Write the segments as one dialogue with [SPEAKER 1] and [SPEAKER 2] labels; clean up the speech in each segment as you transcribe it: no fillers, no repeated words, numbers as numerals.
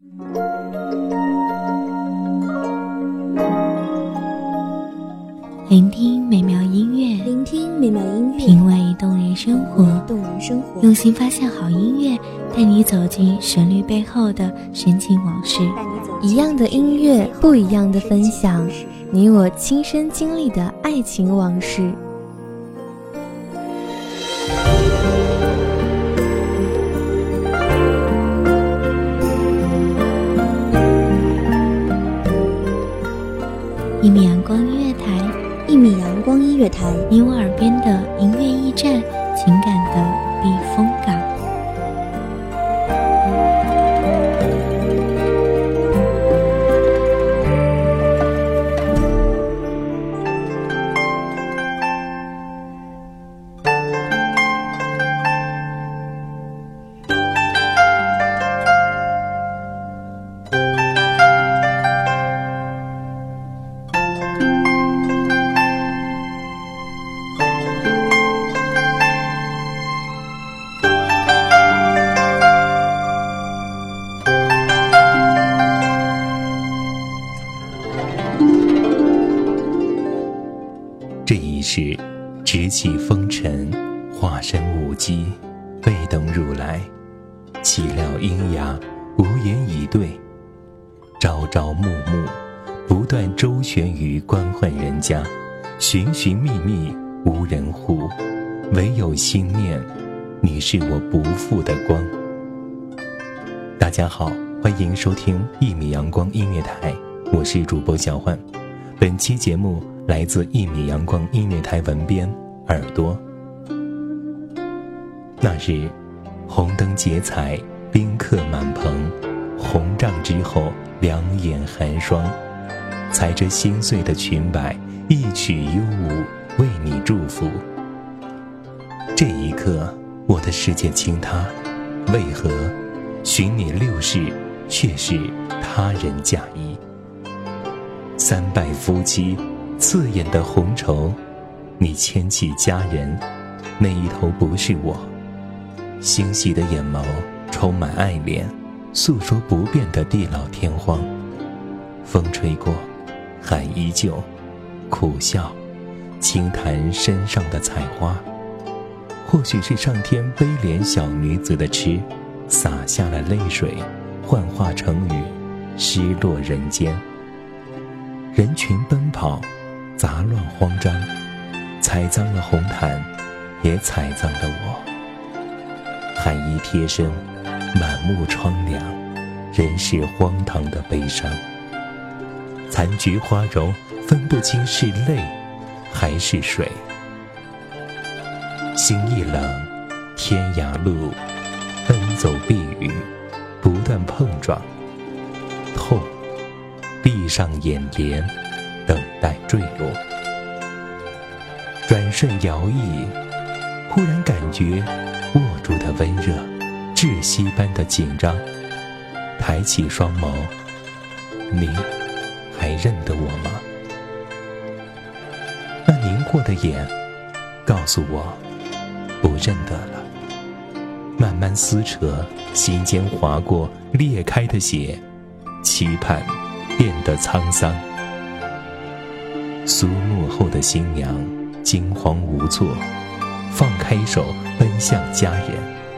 [SPEAKER 1] 聆听美妙音乐，品味动人生活，用心发现好音乐，带你走进旋律背后的深情往事。
[SPEAKER 2] 一样的音乐，不一样的分享，你我亲身经历的爱情往事。
[SPEAKER 1] 一米阳光音乐台，你我耳边的音乐驿站，情感的避风港。
[SPEAKER 3] 这一世，直起风尘，化身舞姬，被等如来，岂料阴阳，无言以对。朝朝暮暮，不断周旋于官宦人家，寻寻觅觅，无人护，唯有心念，你是我不负的光。大家好，欢迎收听一米阳光音乐台，我是主播小焕。本期节目来自一米阳光音乐台文编耳朵。那日，红灯结彩，宾客满棚，红帐之后，两眼寒霜。踩着心碎的裙摆，一曲幽舞，为你祝福。这一刻，我的世界倾塌，为何寻你六世，却是他人嫁衣？三拜夫妻，刺眼的红绸，你牵起佳人，那一头不是我。星系的眼眸充满爱恋，诉说不变的地老天荒。风吹过，海依旧，苦笑，轻弹身上的彩花。或许是上天悲怜小女子的痴，洒下了泪水，幻化成雨，失落人间。人群奔跑，杂乱慌张，踩脏了红毯，也踩脏了我。寒衣贴身，满目疮凉，人世荒唐的悲伤。残菊花容，分不清是泪还是水。心一冷，天涯路，奔走避雨，不断碰撞，痛，闭上眼帘，等待坠落。转瞬摇曳，忽然感觉握住的温热，窒息般的紧张。抬起双眸，你还认得我吗？那凝惑的眼告诉我，不认得了。慢慢撕扯，心间划过裂开的血，期盼变得沧桑。苏幕后的新娘惊慌无措，放开手奔向家人。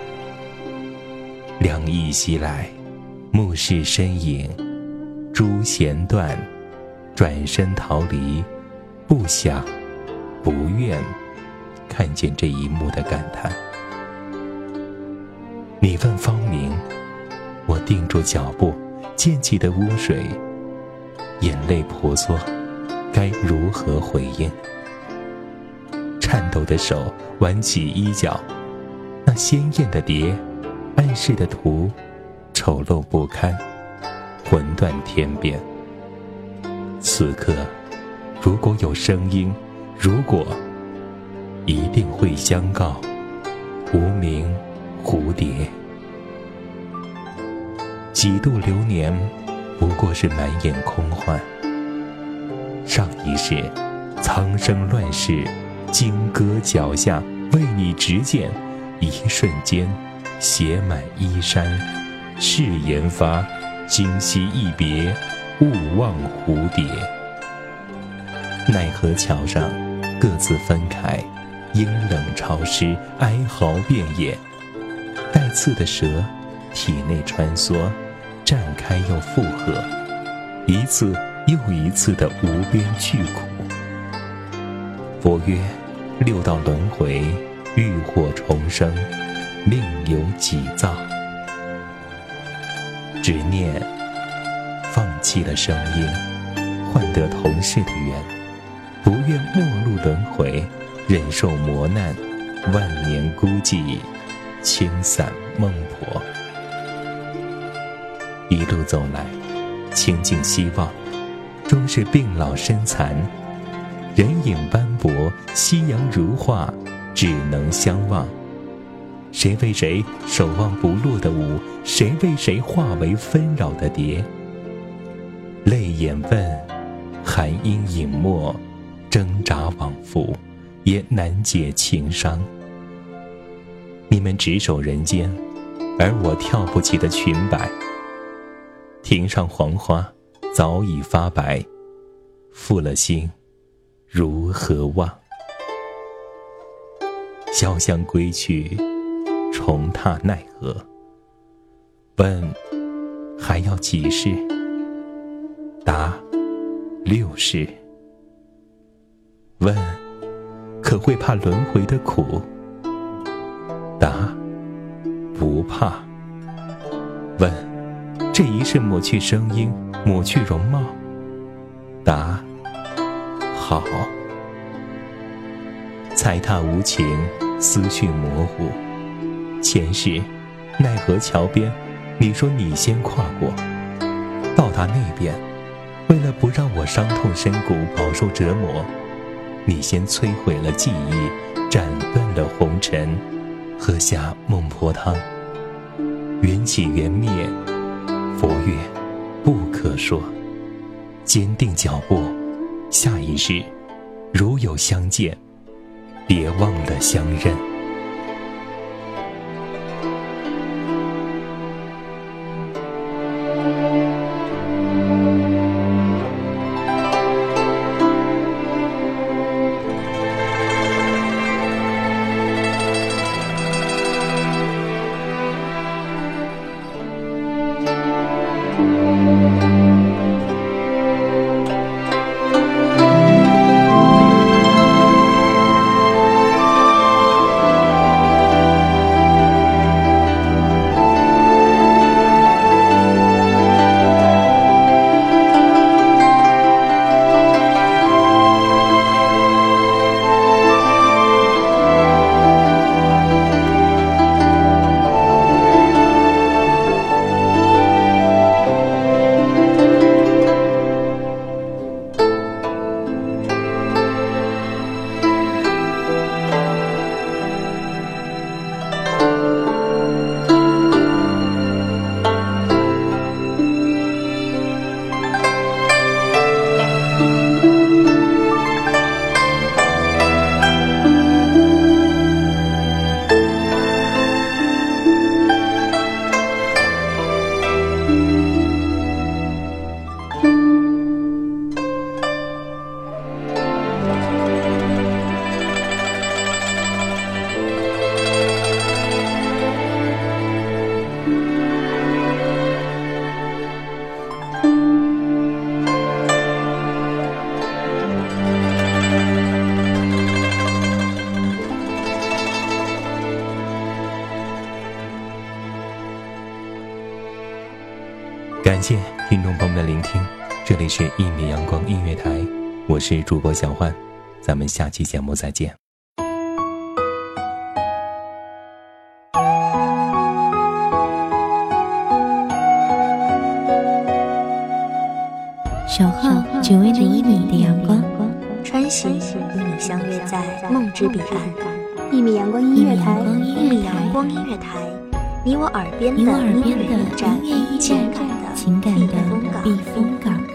[SPEAKER 3] 凉意袭来，目视身影，珠弦断，转身逃离，不想不愿看见这一幕的感叹。你问芳名，我定住脚步，溅起的污水，眼泪婆娑，该如何回应？颤抖的手挽起衣角，那鲜艳的蝶，暗示的图，丑陋不堪，魂断天边。此刻，如果有声音，如果一定会相告，无名蝴蝶。几度流年，不过是满眼空幻。上一世，苍生乱世，荆戈脚下，为你执剑，一瞬间，写满衣衫，誓言发， 今夕一别，勿忘蝴蝶。奈何桥上各自分开，阴冷潮湿，哀嚎遍野。带刺的蛇体内穿梭，绽开又复合，一次又一次的无边去苦。佛曰六道轮回，浴火重生，命由己造。执念放弃了声音，换得同事的缘，不愿末路轮回，忍受磨难，万年孤寂，轻散孟婆。一路走来，倾尽希望，终是病老身残。人影斑驳，夕阳如画，只能相望。谁为谁守望不落的舞，谁为谁化为纷扰的蝶。泪眼问，寒阴隐没，挣扎往复，也难解情伤。你们执手人间，而我跳不起的裙摆。庭上黄花早已发白，负了心，如何忘？潇湘归去，重踏奈何？问还要几世？答6世。问可会怕轮回的苦？答不怕。问这一世抹去声音，抹去容貌？答好。踩踏无情，思绪模糊。前世奈何桥边，你说你先跨过，到达那边，为了不让我伤痛深谷，饱受折磨，你先摧毁了记忆，斩断了红尘，喝下孟婆汤。缘起缘灭，佛曰不可说。坚定脚步，下一世如有相见，别忘了相认。感谢听众朋友们的聆听，这里是一米阳光音乐台，我是主播小焕，咱们下期节目再见。
[SPEAKER 1] 守候只为那1米的阳光，
[SPEAKER 2] 穿行与你相约在梦之彼岸。一米阳光音乐台，一米阳光音乐台，你我耳边的音乐驿站，情感的避风港。